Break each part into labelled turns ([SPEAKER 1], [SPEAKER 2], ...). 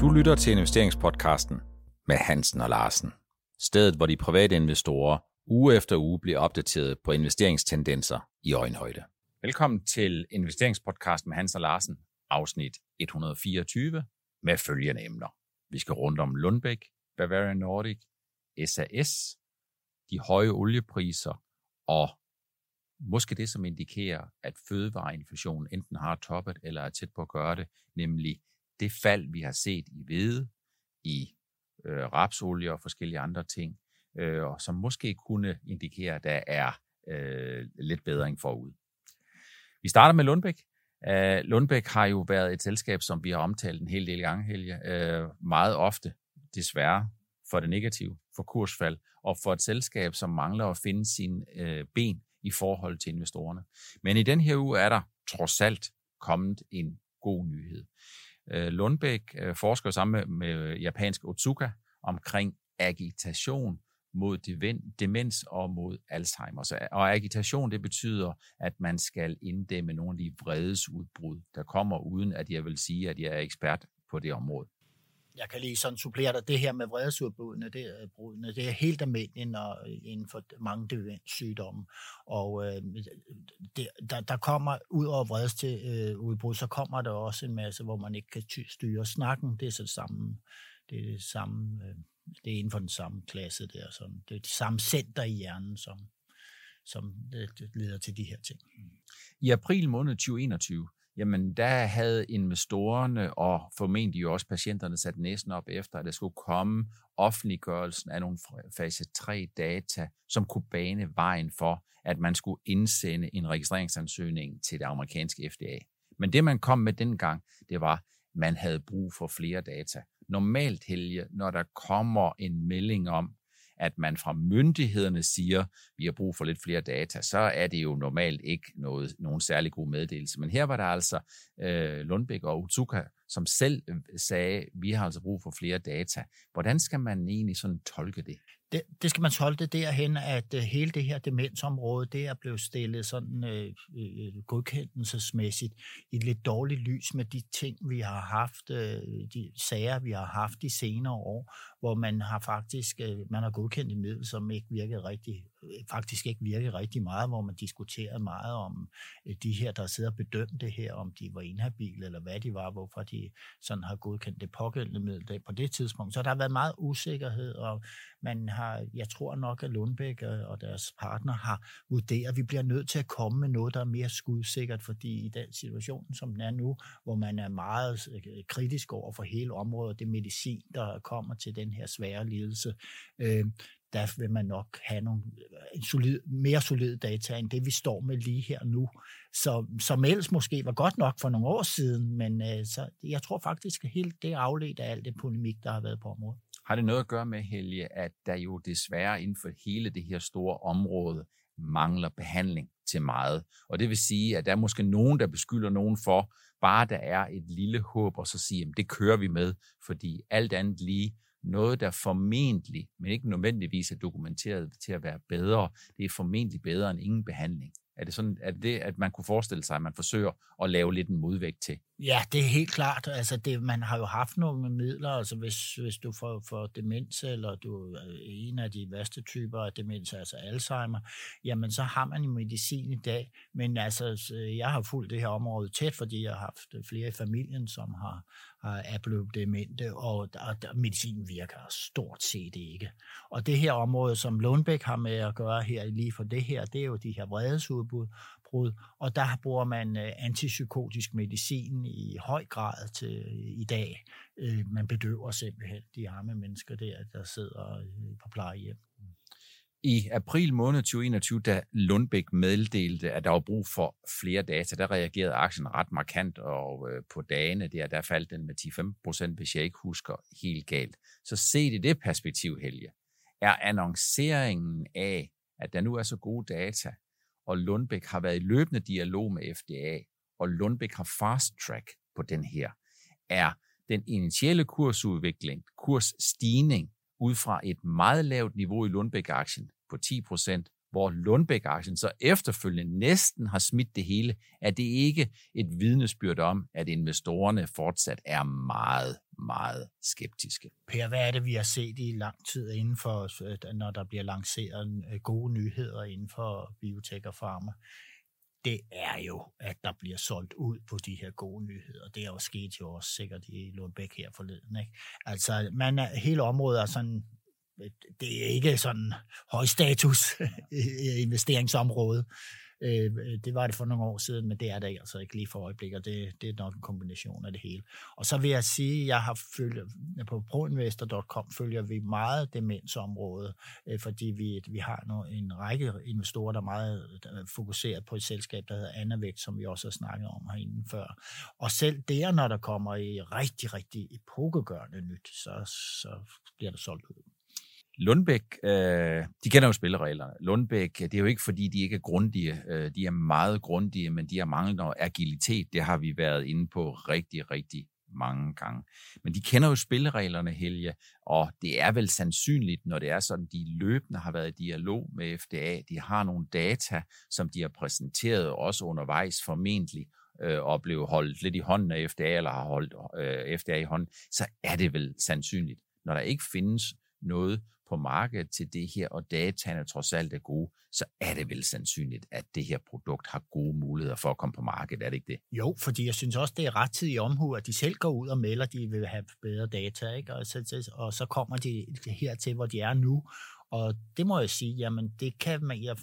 [SPEAKER 1] Du lytter til investeringspodcasten med Hansen og Larsen. Stedet, hvor de private investorer uge efter uge bliver opdateret på investeringstendenser i øjenhøjde. Velkommen til investeringspodcasten med Hansen og Larsen, afsnit 124 med følgende emner. Vi skal rundt om Lundbeck, Bavarian Nordic, SAS, de høje oliepriser og måske det, som indikerer, at fødevareinflationen enten har toppet eller er tæt på at gøre det, nemlig det fald, vi har set i hvede, i rapsolie og forskellige andre ting, og som måske kunne indikere, at der er lidt bedring forud. Vi starter med Lundbeck. Lundbeck har jo været et selskab, som vi har omtalt en hel del gange, Helge, meget ofte, desværre, for det negative, for kursfald, og for et selskab, som mangler at finde sine ben i forhold til investorerne. Men i den her uge er der trods alt kommet en god nyhed. Lundbeck forsker sammen med japansk Otsuka omkring agitation mod demens og mod Alzheimer. Og agitation, det betyder, at man skal inddæmme nogle af de vredesudbrud, der kommer, uden at jeg vil sige, at jeg er ekspert på det område.
[SPEAKER 2] Jeg kan lige sådan supplere dig. Det her med vredesudbrudene, det er helt almindeligt inden for mange demenssygdomme. Og der kommer ud over vredesudbrud, så kommer der også en masse, hvor man ikke kan styre snakken. Det er så det samme. Det er det samme. Det er inden for den samme klasse der. Sådan. Det er det samme center i hjernen, som det leder til de her ting.
[SPEAKER 1] I april måned 2021, jamen der havde investorerne og formentlig jo også patienterne sat næsen op efter, at der skulle komme offentliggørelsen af nogle fase 3 data, som kunne bane vejen for, at man skulle indsende en registreringsansøgning til det amerikanske FDA. Men det man kom med dengang, det var, at man havde brug for flere data. Normalt, Helge, når der kommer en melding om, at man fra myndighederne siger, at vi har brug for lidt flere data, så er det jo normalt ikke nogen særlig god meddelelse. Men her var der altså Lundbeck og Otsuka, som selv sagde, at vi har altså brug for flere data. Hvordan skal man egentlig sådan tolke det?
[SPEAKER 2] Det skal man tolke derhen, at hele det her demensområde, det er blevet stillet sådan godkendelsesmæssigt i et lidt dårligt lys med de ting, vi har haft, de sager, vi har haft de senere år, hvor man har godkendt et middel, som ikke virkede rigtig meget, hvor man diskuterede meget om de her, der sidder og bedømte det her, om de var inhabile eller hvad de var, hvorfor de sådan har godkendt det pågældende middel på det tidspunkt. Så der har været meget usikkerhed, og jeg tror nok, at Lundbeck og deres partner har vurderet, at vi bliver nødt til at komme med noget, der er mere skudsikkert, fordi i den situation, som den er nu, hvor man er meget kritisk over for hele området, det medicin, der kommer til den her svære lidelse, der vil man nok have mere solide data, end det vi står med lige her nu. Som ellers måske var godt nok for nogle år siden, men så jeg tror faktisk, at helt det er afledt af alt det polemik, der har været på området.
[SPEAKER 1] Har det noget at gøre med, Helge, at der jo desværre inden for hele det her store område mangler behandling til meget? Og det vil sige, at der er måske nogen, der beskylder nogen for, bare der er et lille håb, og så siger, at det kører vi med, fordi alt andet lige, noget, der formentlig, men ikke nødvendigvis er dokumenteret til at være bedre, det er formentlig bedre end ingen behandling. Er det sådan, at man kunne forestille sig, at man forsøger at lave lidt en modvægt til?
[SPEAKER 2] Ja, det er helt klart. Altså man har jo haft nogle midler, altså hvis du får demens, eller du er en af de værste typer af demens, altså Alzheimer, jamen så har man jo medicin i dag. Men altså, jeg har fulgt det her område tæt, fordi jeg har haft flere i familien, som er blevet demente, og medicinen virker stort set ikke. Og det her område, som Lundbeck har med at gøre her lige for det her, det er jo de her vredesudbrud, og der bruger man antipsykotisk medicin i høj grad til i dag. Man bedøver simpelthen de arme mennesker der sidder på plejehjem.
[SPEAKER 1] I april måned 2021, da Lundbeck meddelte, at der var brug for flere data, der reagerede aktien ret markant, og på dagene der faldt den med 10-15%, hvis jeg ikke husker helt galt. Så set i det perspektiv, Helge, er annonceringen af, at der nu er så gode data, og Lundbeck har været i løbende dialog med FDA, og Lundbeck har fast track på den her, er den initielle kursstigning ud fra et meget lavt niveau i Lundbeck-aktien på 10%, hvor Lundbeck-aktien så efterfølgende næsten har smidt det hele, er det ikke et vidnesbyrd om, at investorerne fortsat er meget, meget skeptiske.
[SPEAKER 2] Per, hvad er det, vi har set i lang tid inden for, når der bliver lanceret gode nyheder inden for biotek og pharma? Det er jo, at der bliver solgt ud på de her gode nyheder. Det er jo sket jo også sikkert i Lundbeck her forleden, ikke? Altså, hele området er sådan, det er ikke sådan højstatus investeringsområde. Det var det for nogle år siden, men det er det altså ikke lige for øjeblikket. Det er nok en kombination af det hele. Og så vil jeg sige, at jeg har på proinvestor.com følger vi meget demensområdet, fordi vi har en række investorer, der er meget fokuseret på et selskab, der hedder Anavex, som vi også har snakket om herinde før. Og selv der, når der kommer i rigtig, rigtig epokegørende nyt, så bliver der solgt ud.
[SPEAKER 1] Lundbeck, de kender jo spillereglerne. Lundbeck, det er jo ikke fordi, de ikke er grundige. De er meget grundige, men de har manglet agilitet. Det har vi været inde på rigtig, rigtig mange gange. Men de kender jo spillereglerne, Helge, og det er vel sandsynligt, når det er sådan, de løbende har været i dialog med FDA. De har nogle data, som de har præsenteret også undervejs formentlig, og blev holdt lidt i hånden af FDA, eller har holdt FDA i hånden, så er det vel sandsynligt. Når der ikke findes noget på markedet til det her, og dataene trods alt er gode, så er det vel sandsynligt, at det her produkt har gode muligheder for at komme på markedet, er det ikke det?
[SPEAKER 2] Jo, fordi jeg synes også, det er rettidig omhu, at de selv går ud og melder, at de vil have bedre data, ikke? Og så kommer de hertil, hvor de er nu, og det må jeg sige, jamen det kan man,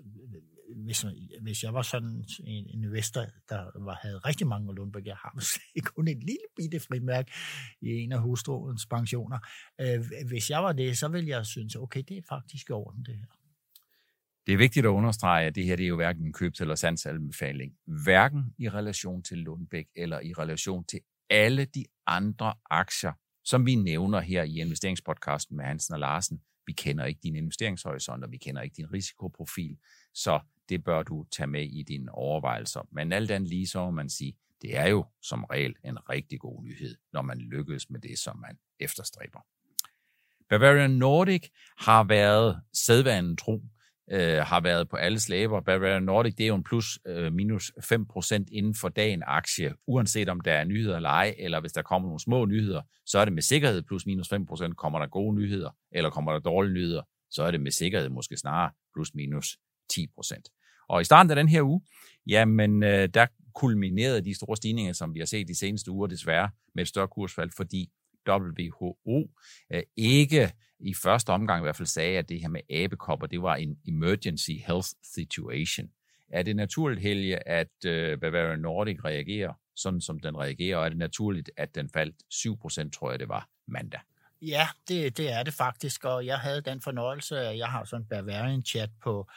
[SPEAKER 2] hvis jeg var sådan en investor, der havde rigtig mange Lundbeck, jeg har måske kun et lille bitte frimærke i en af hustruens pensioner. Hvis jeg var det, så ville jeg synes, okay, det er faktisk i orden det her.
[SPEAKER 1] Det er vigtigt at understrege, at det her det er jo hverken en købs- eller salgsanbefaling. Hverken i relation til Lundbeck eller i relation til alle de andre aktier, som vi nævner her i investeringspodcasten med Hansen og Larsen. Vi kender ikke din investeringshorisont, og vi kender ikke din risikoprofil, så det bør du tage med i dine overvejelser. Men alt andet lige, så må man sige, det er jo som regel en rigtig god nyhed, når man lykkes med det, som man efterstræber. Bavarian Nordic har været sædvanen tro, har været på alles læber. Bavarian Nordic, det er jo en plus minus 5% inden for dagen aktie, uanset om der er nyheder eller ej, eller hvis der kommer nogle små nyheder, så er det med sikkerhed plus minus 5%. Kommer der gode nyheder, eller kommer der dårlige nyheder, så er det med sikkerhed måske snarere plus minus 10%. Og i starten af den her uge, jamen der kulminerede de store stigninger, som vi har set de seneste uger desværre, med et større kursfald, fordi WHO ikke i første omgang i hvert fald sagde, at det her med abekopper, det var en emergency health situation. Er det naturligt, Helge, at Bavarian Nordic reagerer sådan, som den reagerer, og er det naturligt, at den faldt 7%, tror jeg det var mandag?
[SPEAKER 2] Ja, det er det faktisk, og jeg havde den fornøjelse, at jeg har sådan en Bavarian-chat på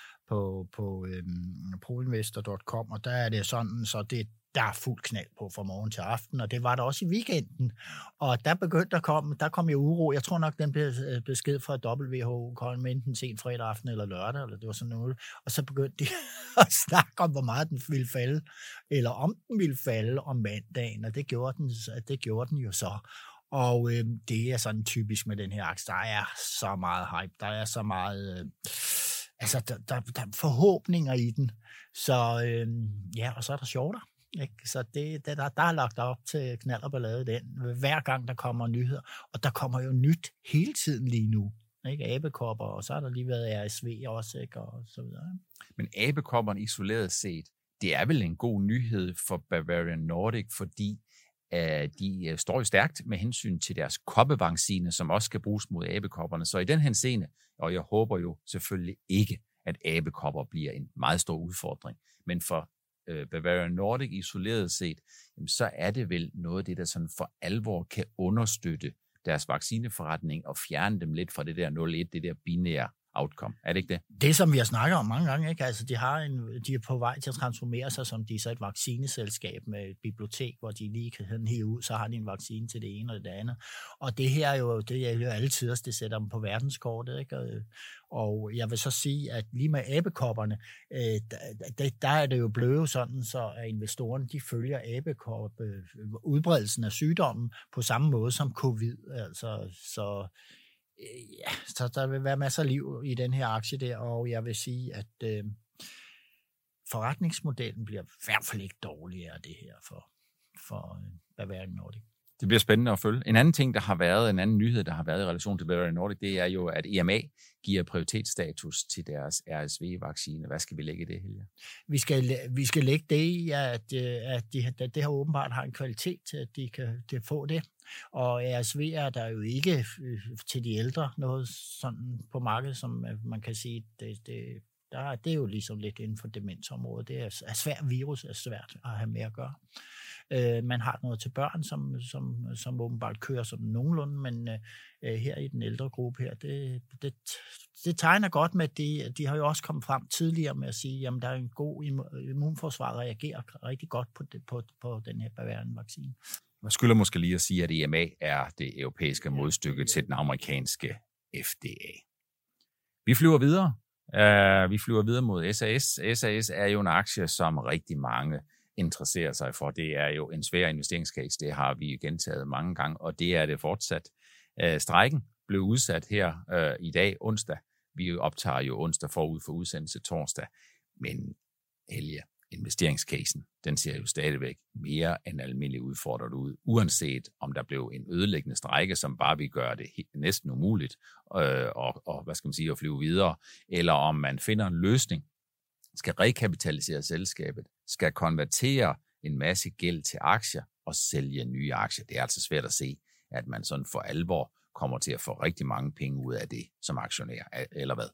[SPEAKER 2] proinvestor.com, og der er det sådan, så der er fuld knald på fra morgen til aften, og det var der også i weekenden. Og der begyndte der kom jo uro. Jeg tror nok, den blev besked fra WHO kom enten sent fredag aften eller lørdag, eller det var sådan noget. Og så begyndte de at snakke om, hvor meget den ville falde, eller om den ville falde om mandagen, og det gjorde den jo så. Og det er sådan typisk med den her aktie. Der er så meget hype, der er så meget... der er forhåbninger i den. Så ja, og så er der shorter. Ikke? Så der er lagt op til knald og ballade den, hver gang der kommer nyheder. Og der kommer jo nyt hele tiden lige nu. Ikke? Abekopper, og så har der lige været RSV også, ikke? Og så videre.
[SPEAKER 1] Men abekopperne isoleret set, det er vel en god nyhed for Bavarian Nordic, fordi de står jo stærkt med hensyn til deres koppevaccine, som også skal bruges mod abekopperne. Så i den henseende, og jeg håber jo selvfølgelig ikke, at abekopper bliver en meget stor udfordring, men for Bavarian Nordic isoleret set, så er det vel noget af det, der sådan for alvor kan understøtte deres vaccineforretning og fjerne dem lidt fra det der 0-1, det der binære outcome. Er det ikke det?
[SPEAKER 2] Det, som vi har snakket om mange gange, ikke? Altså, de er på vej til at transformere sig, som de er så et vaccineselskab med et bibliotek, hvor de lige kan hive ud, så har de en vaccine til det ene og det andet. Og det her det er jo alle tiders, det sætter dem på verdenskortet, ikke? Og jeg vil så sige, at lige med abekopperne, der er det jo blevet sådan, så at investorerne, de følger udbredelsen af sygdommen på samme måde som covid. Altså, så Ja, så der vil være masser af liv i den her aktie der, og jeg vil sige, at forretningsmodellen bliver i hvert fald ikke dårligere af det her for Bavarian Nordic.
[SPEAKER 1] Det bliver spændende at følge. En anden nyhed, der har været i relation til Bavarian Nordic, det er jo, at EMA giver prioritetsstatus til deres RSV-vaccine. Hvad skal vi lægge i det, Helge?
[SPEAKER 2] Vi skal lægge det i, at det her åbenbart har en kvalitet til, at de kan få det. Og RSV er der jo ikke til de ældre noget sådan på markedet, som man kan sige, det er jo ligesom lidt inden for demensområdet. Det er svært virus, er svært at have med at gøre. Man har noget til børn, som åbenbart kører som nogenlunde, men her i den ældre gruppe her, det tegner godt med, at de har jo også kommet frem tidligere med at sige, at der er en god immunforsvar, der reagerer rigtig godt på den her Bavarian-vaccine.
[SPEAKER 1] Man skylder måske lige at sige, at EMA er det europæiske modstykke til den amerikanske FDA. Vi flyver videre mod SAS. SAS er jo en aktie, som rigtig mange interesserer sig for. Det er jo en svær investeringscase, det har vi gentaget mange gange, og det er det fortsat. Strejken blev udsat her i dag, onsdag. Vi optager jo onsdag forud for udsendelse torsdag, men Helge, investeringscasen, den ser jo stadigvæk mere end almindeligt udfordret ud, uanset om der blev en ødelæggende strejke, som bare vil gøre det næsten umuligt og hvad skal man sige, at flyve videre, eller om man finder en løsning, skal rekapitalisere selskabet, skal konvertere en masse gæld til aktier og sælge nye aktier. Det er altså svært at se, at man sådan for alvor kommer til at få rigtig mange penge ud af det som aktionær, eller hvad?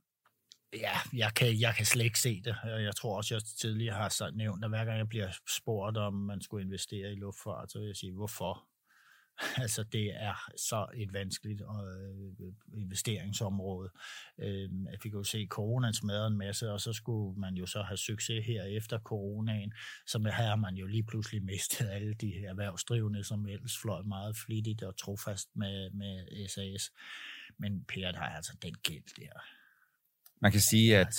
[SPEAKER 2] Ja, jeg kan slet ikke se det. Jeg tror også, jeg tidligere har nævnt, at hver gang jeg bliver spurgt, om man skulle investere i luftfart, så vil jeg sige, hvorfor? Altså, det er så et vanskeligt investeringsområde. At vi kan jo se, at coronaen smadrede en masse, og så skulle man jo så have succes her efter coronaen. Så har man jo lige pludselig mistet alle de her erhvervsdrivende, som ellers fløj meget flittigt og trofast med SAS. Men Per, der er altså den gæld der.
[SPEAKER 1] Man kan sige, at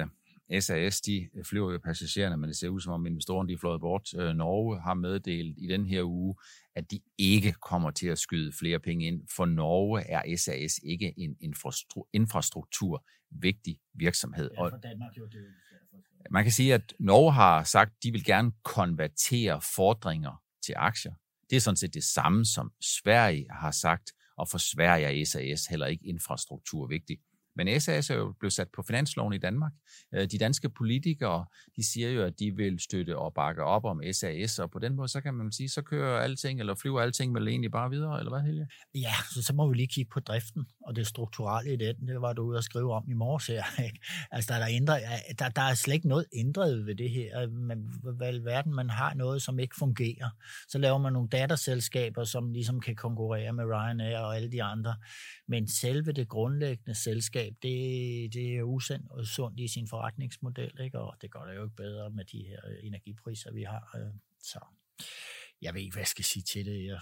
[SPEAKER 1] SAS, de flyver jo passagererne, men det ser ud som om investorerne, de er fløjet bort. Norge har meddelt i den her uge, at de ikke kommer til at skyde flere penge ind. For Norge er SAS ikke en infrastrukturvigtig virksomhed.
[SPEAKER 2] Ja, for Danmark jo det.
[SPEAKER 1] Man kan sige, at Norge har sagt, at de vil gerne konvertere fordringer til aktier. Det er sådan set det samme, som Sverige har sagt, og for Sverige er SAS heller ikke infrastrukturvigtig. Men SAS er jo blevet sat på finansloven i Danmark. De danske politikere, de siger jo, at de vil støtte og bakke op om SAS, og på den måde, så kan man sige, så kører alting, eller flyver alting vel egentlig bare videre, eller hvad, Helge?
[SPEAKER 2] Ja, så må vi lige kigge på driften, og det strukturelle i den, det var du ude at skrive om i morges her, ikke? Altså, der er slet ikke noget ændret ved det her, men verden, man har noget, som ikke fungerer. Så laver man nogle datterselskaber, som ligesom kan konkurrere med Ryanair og alle de andre, men selve det grundlæggende selskab, det er usundt i sin forretningsmodel, ikke? Og det går da jo ikke bedre med de her energipriser, vi har. Så jeg ved ikke, hvad jeg skal sige til det.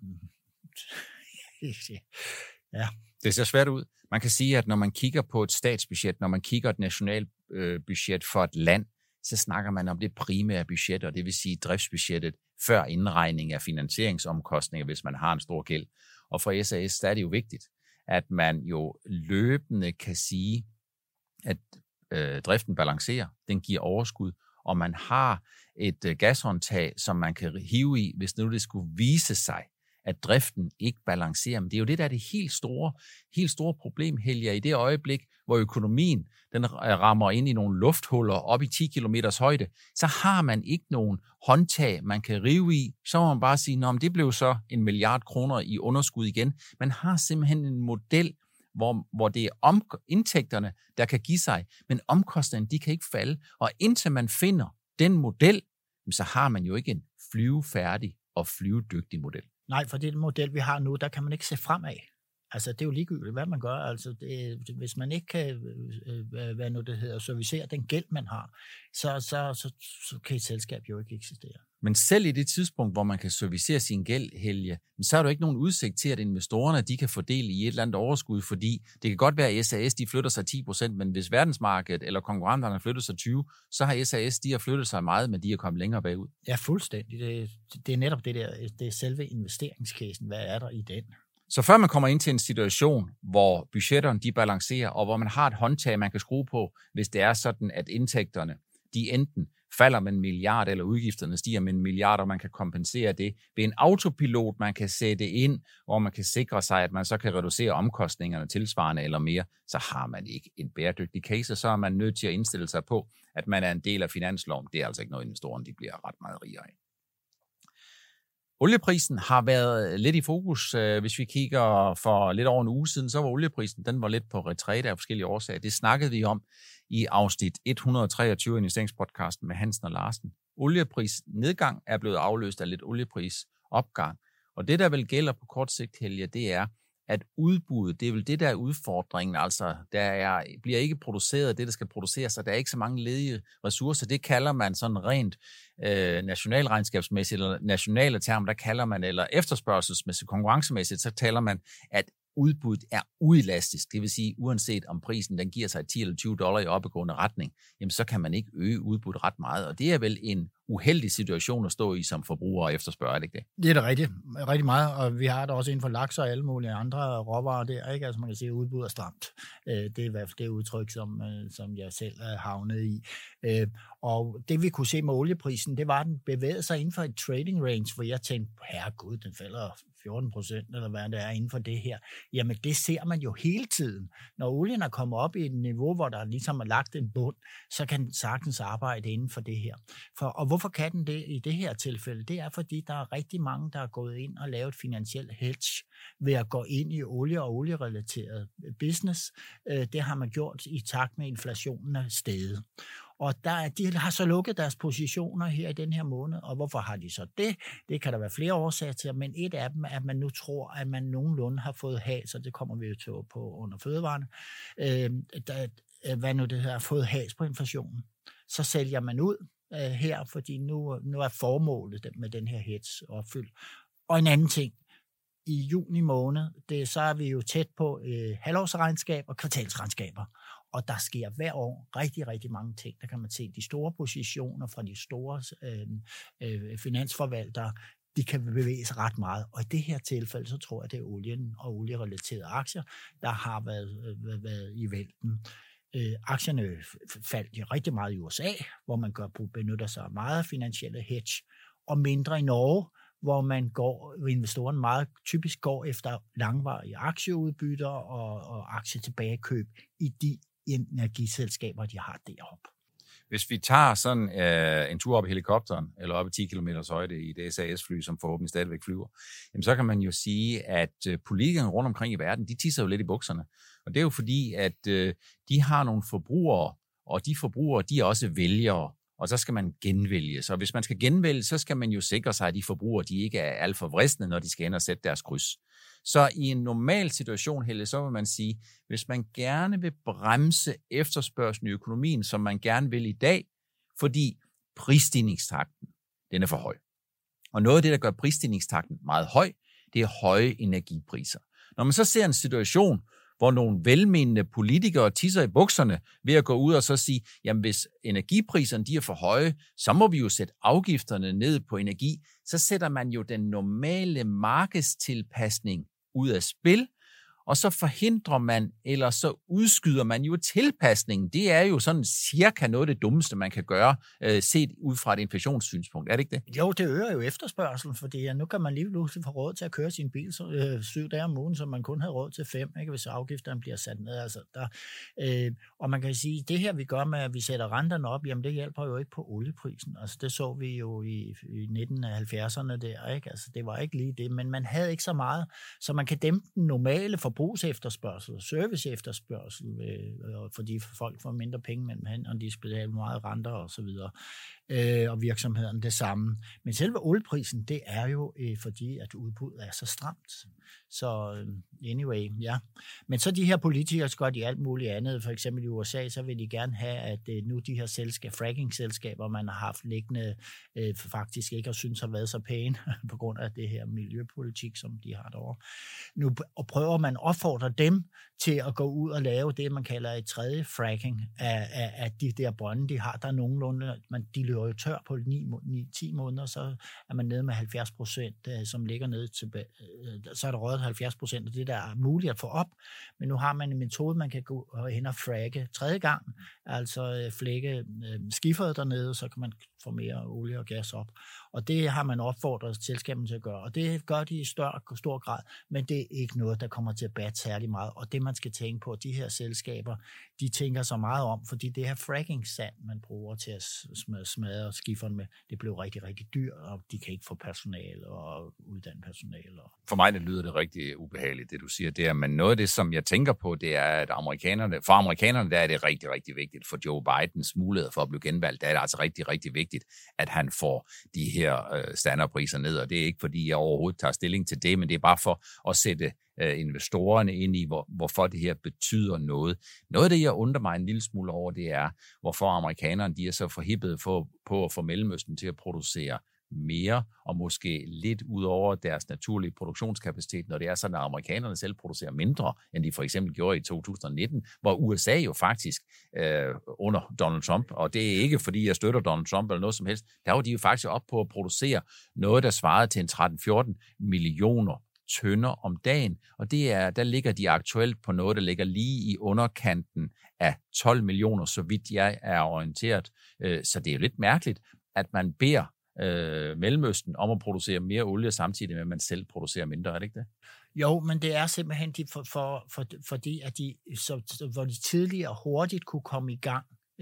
[SPEAKER 2] Ja.
[SPEAKER 1] Det ser svært ud. Man kan sige, at når man kigger på et statsbudget, når man kigger et nationalbudget for et land, så snakker man om det primære budget, og det vil sige driftsbudgettet før indregning af finansieringsomkostninger, hvis man har en stor gæld. Og for SAS, der er det jo vigtigt, at man jo løbende kan sige, at driften balancerer, den giver overskud, og man har et gashåndtag, som man kan hive i, hvis nu det skulle vise sig, at driften ikke balancerer. Men det er jo det, der er det helt store problem, Helge, i det øjeblik, hvor økonomien den rammer ind i nogle lufthuller op i 10 kilometers højde, så har man ikke nogen håndtag, man kan rive i. Så må man bare sige, at det blev så 1 milliard kroner i underskud igen. Man har simpelthen en model, hvor det er indtægterne, der kan give sig, men omkostningerne, de kan ikke falde. Og indtil man finder den model, så har man jo ikke en flyvefærdig og flyvedygtig model.
[SPEAKER 2] Nej, for det model, vi har nu, der kan man ikke se fremad. Altså, det er jo ligegyldigt, hvad man gør. Altså, hvis man ikke kan, servicere den gæld, man har, så kan et selskab jo ikke eksistere.
[SPEAKER 1] Men selv i det tidspunkt, hvor man kan servicere sin gæld, Helge, så er der ikke nogen udsigt til, at investorerne de kan fordele i et eller andet overskud, fordi det kan godt være, at SAS de flytter sig 10%, men hvis verdensmarkedet eller konkurrenterne flytter sig 20%, så har SAS de har flyttet sig meget, men de er kommet længere bagud.
[SPEAKER 2] Ja, fuldstændig. Det er netop det der, det er selve investeringscasen. Hvad er der i den?
[SPEAKER 1] Så før man kommer ind til en situation, hvor budgetterne de balancerer, og hvor man har et håndtag, man kan skrue på, hvis det er sådan, at indtægterne de enten falder med 1 milliard, eller udgifterne stiger med 1 milliard, og man kan kompensere det ved en autopilot, man kan sætte ind, hvor man kan sikre sig, at man så kan reducere omkostningerne tilsvarende eller mere, så har man ikke en bæredygtig case, og så er man nødt til at indstille sig på, at man er en del af finansloven. Det er altså ikke noget, investorerne de bliver ret meget rigere af. Olieprisen har været lidt i fokus. Hvis vi kigger for lidt over en uge siden, så var olieprisen den var lidt på retræte af forskellige årsager. Det snakkede vi om i afsnit 123 af investeringspodcasten med Hansen og Larsen. Olieprisnedgang er blevet afløst af lidt olieprisopgang. Og det, der vel gælder på kort sigt, Helge, det er, at udbuddet, det er vel det, der er udfordringen. Altså, bliver ikke produceret det, der skal produceres, og der er ikke så mange ledige ressourcer. Det kalder man sådan rent nationalregnskabsmæssigt, eller nationale termer, der kalder man, eller efterspørgselsmæssigt, konkurrencemæssigt, så taler man, at udbuddet er uelastisk. Det vil sige, uanset om prisen den giver sig $10 eller $20 i opadgående retning, jamen så kan man ikke øge udbuddet ret meget. Og det er vel en uheldig situation at stå i som forbruger og efterspørger, er det ikke det?
[SPEAKER 2] Det er da rigtig meget, og vi har det også inden for laks og alle mulige andre råvarer der, ikke? Altså man kan sige, at udbud er stramt. Det er i hvert fald det udtryk, som jeg selv er havnet i. Og det vi kunne se med olieprisen, det var, at den bevægede sig inden for et trading range, hvor jeg tænkte, herregud, den falder 14%, eller hvad det er inden for det her. Jamen det ser man jo hele tiden. Når olien er kommet op i et niveau, hvor der ligesom er lagt en bund, så kan den sagtens arbejde inden for det her. Og hvorfor kan den det i det her tilfælde? Det er, fordi der er rigtig mange, der er gået ind og lavet finansiel hedge ved at gå ind i olie og olierelateret business. Det har man gjort i takt med inflationen er steget. Og de har så lukket deres positioner her i den her måned. Og hvorfor har de så det? Det kan der være flere årsager til, men et af dem er, at man nu tror, at man nogenlunde har fået has, og det kommer vi jo til på under fødevarene. Hvad nu det her har fået has på inflationen. Så sælger man ud her, fordi nu er formålet med den her hedge opfyldt. Og en anden ting, i juni måned, så er vi jo tæt på halvårsregnskab og kvartalsregnskaber. Og der sker hver år rigtig, rigtig mange ting. Der kan man se de store positioner fra de store finansforvaltere, de kan bevæge sig ret meget. Og i det her tilfælde, så tror jeg, det er olien og olierelaterede aktier, der har været i vælten. Aktierne faldt rigtig meget i USA, hvor man benytter sig af meget finansielle hedge, og mindre i Norge, hvor investoren meget typisk går efter langvarige aktieudbytter og aktietilbagekøb i de energiselskaber, de har deroppe.
[SPEAKER 1] Hvis vi tager sådan en tur op i helikopteren, eller op i 10 km højde i det SAS-fly, som forhåbentlig stadigvæk flyver, jamen så kan man jo sige, at politikerne rundt omkring i verden, de tisser jo lidt i bukserne. Og det er jo fordi, at de har nogle forbrugere, og de forbrugere, de er også vælgere, og så skal man genvælge. Så hvis man skal genvælge, så skal man jo sikre sig, at de forbrugere, de ikke er alt for vristende, når de skal ind og sætte deres kryds. Så i en normal situation, Helle, så vil man sige, hvis man gerne vil bremse efterspørgslen i økonomien, som man gerne vil i dag, fordi prisstigningstakten, den er for høj. Og noget af det, der gør prisstigningstakten meget høj, det er høje energipriser. Når man så ser en situation, hvor nogle velmenende politikere tisser i bukserne ved at gå ud og så sige, jamen hvis energipriserne de er for høje, så må vi jo sætte afgifterne ned på energi. Så sætter man jo den normale markedstilpasning ud af spil, og så forhindrer man, eller så udskyder man jo tilpasningen. Det er jo sådan cirka noget af det dummeste, man kan gøre, set ud fra et inflationssynspunkt. Er det ikke det?
[SPEAKER 2] Jo, det øger jo efterspørgselen, fordi nu kan man lige pludselig få råd til at køre sin bil 7 dage om ugen, som man kun havde råd til 5, ikke, hvis afgifterne bliver sat ned. Altså, og man kan sige, at det her, vi gør med, at vi sætter renterne op, jamen det hjælper jo ikke på olieprisen. Altså, det så vi jo i 1970'erne der, ikke? Altså, det var ikke lige det, men man havde ikke så meget, så man kan dæmpe den normale forbrugsefterspørgsel, serviceefterspørgsel, fordi folk får mindre penge mellem hænderne, og de betaler meget renter og så videre, og virksomheden det samme. Men selve olieprisen, det er jo fordi, at udbuddet er så stramt. Så anyway, ja. Men så de her politikere gør de alt muligt andet. For eksempel i USA, så vil de gerne have, at nu de her fracking-selskaber, man har haft liggende, faktisk ikke har syntes har været så pæne på grund af det her miljøpolitik, som de har derovre. Nu prøver man at opfordre dem til at gå ud og lave det, man kalder et tredje fracking af de der brønde, de har. Der er nogenlunde, de løber løber jo tør på 9-10 måneder, så er man nede med 70%, som ligger nede tilbage. Så er der røget 70% af det, der er muligt at få op. Men nu har man en metode, man kan gå hen og fragge tredje gang, altså flække skifferet dernede, så kan man få mere olie og gas op. Og det har man opfordret selskaberne til at gøre, og det gør de i stor grad, men det er ikke noget, der kommer til at batte særlig meget. Og det, man skal tænke på, de her selskaber, de tænker så meget om, fordi det her fracking-sand, man bruger til at smadre skifferen med, det blev rigtig, rigtig dyrt, og de kan ikke få personale og uddanne personale.
[SPEAKER 1] For mig det lyder det rigtig ubehageligt, det du siger der, men noget af det, som jeg tænker på, det er, at for amerikanerne, der er det rigtig, rigtig vigtigt. For Joe Bidens mulighed for at blive genvalgt, der er det altså rigtig, rigtig vigtigt, at han får de her standardpriser ned, og det er ikke, fordi jeg overhovedet tager stilling til det, men det er bare for at sætte investorerne ind i, hvorfor det her betyder noget. Noget af det, jeg undrer mig en lille smule over, det er, hvorfor amerikanerne de er så forhippede på at få Mellemøsten til at producere mere, og måske lidt ud over deres naturlige produktionskapacitet, når det er sådan, at amerikanerne selv producerer mindre, end de for eksempel gjorde i 2019, hvor USA jo faktisk under Donald Trump, og det er ikke fordi, jeg støtter Donald Trump eller noget som helst, der var de jo faktisk op på at producere noget, der svarede til en 13-14 millioner tønder om dagen, og der ligger de aktuelt på noget, der ligger lige i underkanten af 12 millioner, så vidt jeg er orienteret. Så det er jo lidt mærkeligt, at man beder Mellemøsten om at producere mere olie, samtidig med, at man selv producerer mindre, er det ikke det?
[SPEAKER 2] Jo, men det er simpelthen fordi, at hvor de tidligere hurtigt kunne komme i gang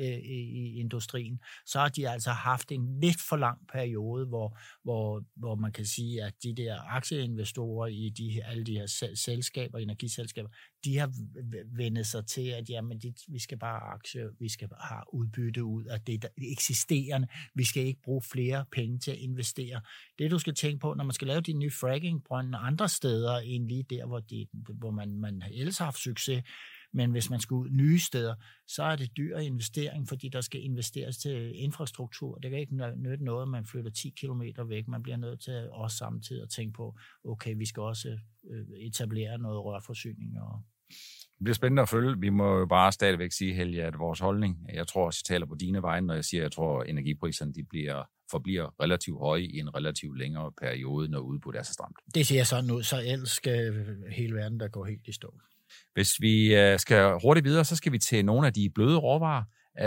[SPEAKER 2] i industrien, så har de altså haft en lidt for lang periode, hvor man kan sige, at de der aktieinvestorer i alle de her selskaber, energiselskaber, de har vendt sig til, at jamen, vi skal bare aktier, vi skal have udbytte ud af det eksisterende, vi skal ikke bruge flere penge til at investere. Det du skal tænke på, når man skal lave de nye fracking-brønde andre steder, end lige der, hvor man ellers har haft succes, men hvis man skal ud nye steder, så er det dyr investering, fordi der skal investeres til infrastruktur. Det kan ikke nytte noget, at man flytter 10 kilometer væk. Man bliver nødt til også samtidig at tænke på, okay, vi skal også etablere noget rørforsyning.
[SPEAKER 1] Det bliver spændende at følge. Vi må jo bare stadigvæk sige, Helge, at vores holdning, jeg tror også, jeg taler på dine vegne, når jeg siger, at jeg tror, at energipriserne forbliver relativt høje i en relativt længere periode, når udbuddet er så stramt.
[SPEAKER 2] Det ser sådan ud, så ellers skal hele verden der går helt i stå.
[SPEAKER 1] Hvis vi skal hurtigt videre, så skal vi til nogle af de bløde råvarer.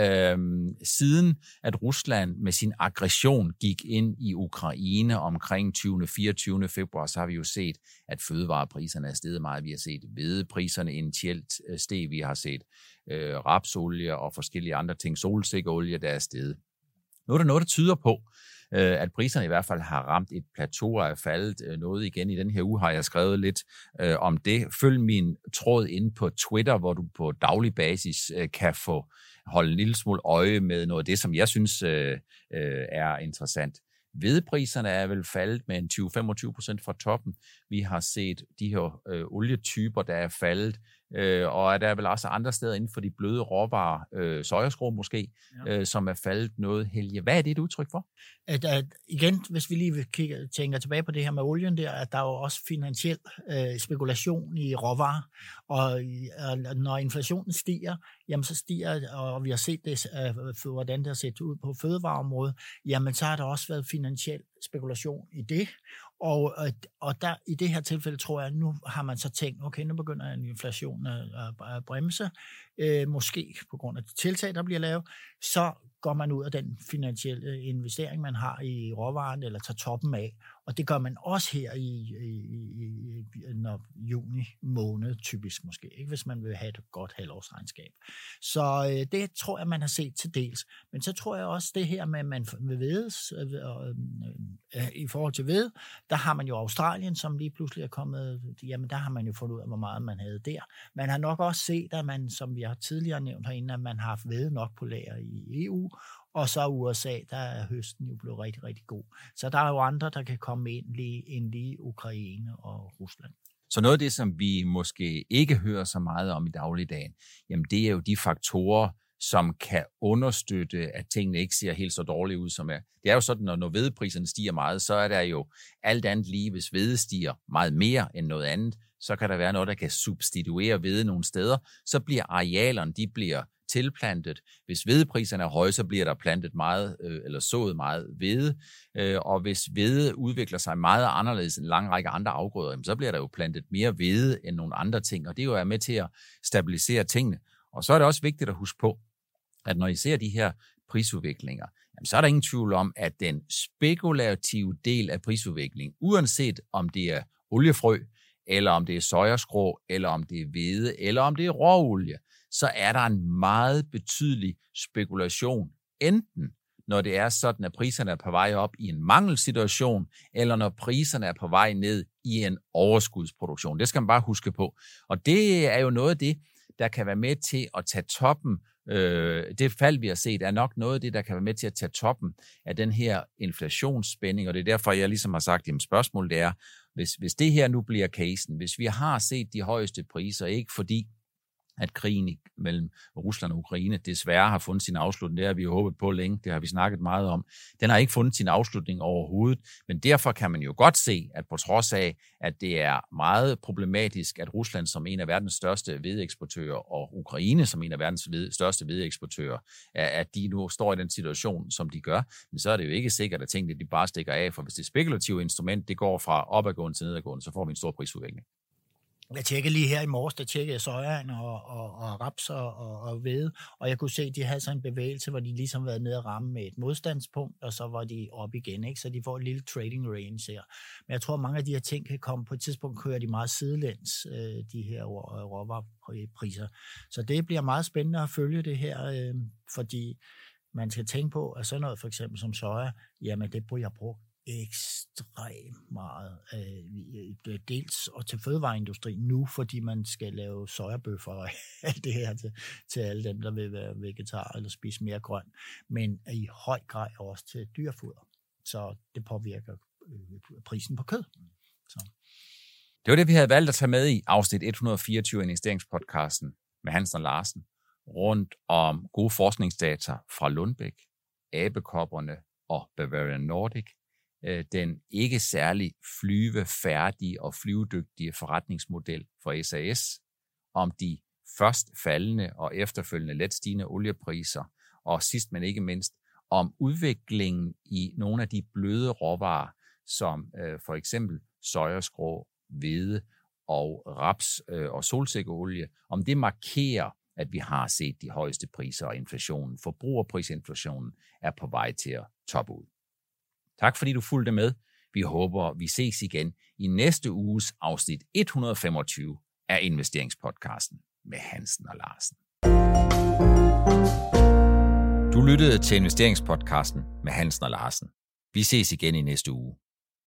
[SPEAKER 1] Siden at Rusland med sin aggression gik ind i Ukraine omkring 20-24. februar, så har vi jo set, at fødevarepriserne er steget meget. Vi har set hvedepriserne initielt steg. Vi har set rapsolie og forskellige andre ting, solsikkeolie, der er steget. Nu er der noget, der tyder på, at priserne i hvert fald har ramt et plateau og er faldet noget igen. I den her uge har jeg skrevet lidt om det. Følg min tråd inde på Twitter, hvor du på daglig basis kan holde en lille smule øje med noget af det, som jeg synes er interessant. Hvedepriserne er vel faldet med en 20-25% fra toppen. Vi har set de her olietyper, der er faldet, og der er vel også andre steder inden for de bløde råvarer, sojaskro måske, som er faldet noget. Helge, hvad er det et udtryk for?
[SPEAKER 2] Igen, hvis vi lige tænker tilbage på det her med olien der, at der er jo også finansiel spekulation i råvarer, og når inflationen stiger, jamen så stiger, og vi har set det, hvordan det har set ud på fødevareområdet, jamen så har der også været finansiel spekulation i det, og der, i det her tilfælde tror jeg, nu har man så tænkt, okay, nu begynder inflationen at bremse, måske på grund af de tiltag, der bliver lavet, så går man ud af den finansielle investering, man har i råvaren, eller tager toppen af. Og det gør man også her i juni måned, typisk måske, ikke, hvis man vil have et godt halvårsregnskab. Så det tror jeg, man har set til dels. Men så tror jeg også, det her med, man vedes, i forhold til ved, der har man jo Australien, som lige pludselig er kommet, jamen der har man jo fundet ud af, hvor meget man havde der. Man har nok også set, at man, som vi har tidligere nævnt herinde, at man har haft ved nok på lager i EU, og så USA, der er høsten jo blevet rigtig, rigtig god. Så der er jo andre, der kan komme ind lige Ukraine og Rusland.
[SPEAKER 1] Så noget af det, som vi måske ikke hører så meget om i dagligdagen, jamen det er jo de faktorer, som kan understøtte, at tingene ikke ser helt så dårlige ud, som er. Det er jo sådan, når hvedepriserne stiger meget, så er der jo alt andet lige, hvis hvede stiger meget mere end noget andet, så kan der være noget, der kan substituere hvede nogle steder, så bliver arealerne, tilplantet. Hvis hvedepriserne er høje, så bliver der plantet meget, eller sået meget hvede. Og hvis hvede udvikler sig meget anderledes end en lang række andre afgrøder, så bliver der jo plantet mere hvede end nogle andre ting, og det er jo med til at stabilisere tingene. Og så er det også vigtigt at huske på, at når I ser de her prisudviklinger, så er der ingen tvivl om, at den spekulative del af prisudviklingen, uanset om det er oliefrø, eller om det er sojaskrå, eller om det er hvede, eller om det er råolie, så er der en meget betydelig spekulation, enten når det er sådan, at priserne er på vej op i en mangelsituation, eller når priserne er på vej ned i en overskudsproduktion. Det skal man bare huske på. Og det er jo noget af det, der kan være med til at tage toppen. Det fald, vi har set, er nok noget af det, der kan være med til at tage toppen af den her inflationsspænding, og det er derfor, jeg ligesom har sagt, at spørgsmålet er, hvis det her nu bliver casen, hvis vi har set de højeste priser, ikke fordi at krigen mellem Rusland og Ukraine desværre har fundet sin afslutning. Det har vi jo håbet på længe, det har vi snakket meget om. Den har ikke fundet sin afslutning overhovedet, men derfor kan man jo godt se, at på trods af, at det er meget problematisk, at Rusland som en af verdens største hvedeeksportører og Ukraine som en af verdens største hvedeeksportører, at de nu står i den situation, som de gør, men så er det jo ikke sikkert, at tingene de bare stikker af, for hvis det spekulative instrument, det går fra opadgående til nedadgående, så får vi en stor prisudvikling.
[SPEAKER 2] Jeg tjekkede lige her i morges, der tjekkede jeg sojaen og raps og hvede, og jeg kunne se, at de havde sådan en bevægelse, hvor de ligesom været nede og ramme med et modstandspunkt, og så var de op igen, ikke? Så de får et lille trading range her. Men jeg tror, at mange af de her ting kan komme på et tidspunkt, kører de meget sidelæns, de her råvarepriser. Så det bliver meget spændende at følge det her, fordi man skal tænke på, at sådan noget for eksempel som soja, jamen det bliver brugt ekstremt meget, dels og til fødevareindustrien nu, fordi man skal lave sojabøffer og alt det her til alle dem, der vil være vegetar eller spise mere grønt, men i høj grad også til dyrefoder. Så det påvirker prisen på kød. Så.
[SPEAKER 1] Det var det, vi havde valgt at tage med i afsnit 124 af investeringspodcasten med Hansen og Larsen, rundt om gode forskningsdata fra Lundbeck, abekopperne og Bavarian Nordic, den ikke særlig flyvefærdige og flyvedygtige forretningsmodel for SAS, om de først faldende og efterfølgende let stigende oliepriser, og sidst men ikke mindst, om udviklingen i nogle af de bløde råvarer, som for eksempel sojaskrå, hvede og raps og solsikkeolie, om det markerer, at vi har set de højeste priser og inflationen. Forbrugerprisinflationen er på vej til at toppe ud. Tak fordi du fulgte med. Vi håber, vi ses igen i næste uges afsnit 125 af investeringspodcasten med Hansen og Larsen. Du lyttede til investeringspodcasten med Hansen og Larsen. Vi ses igen i næste uge.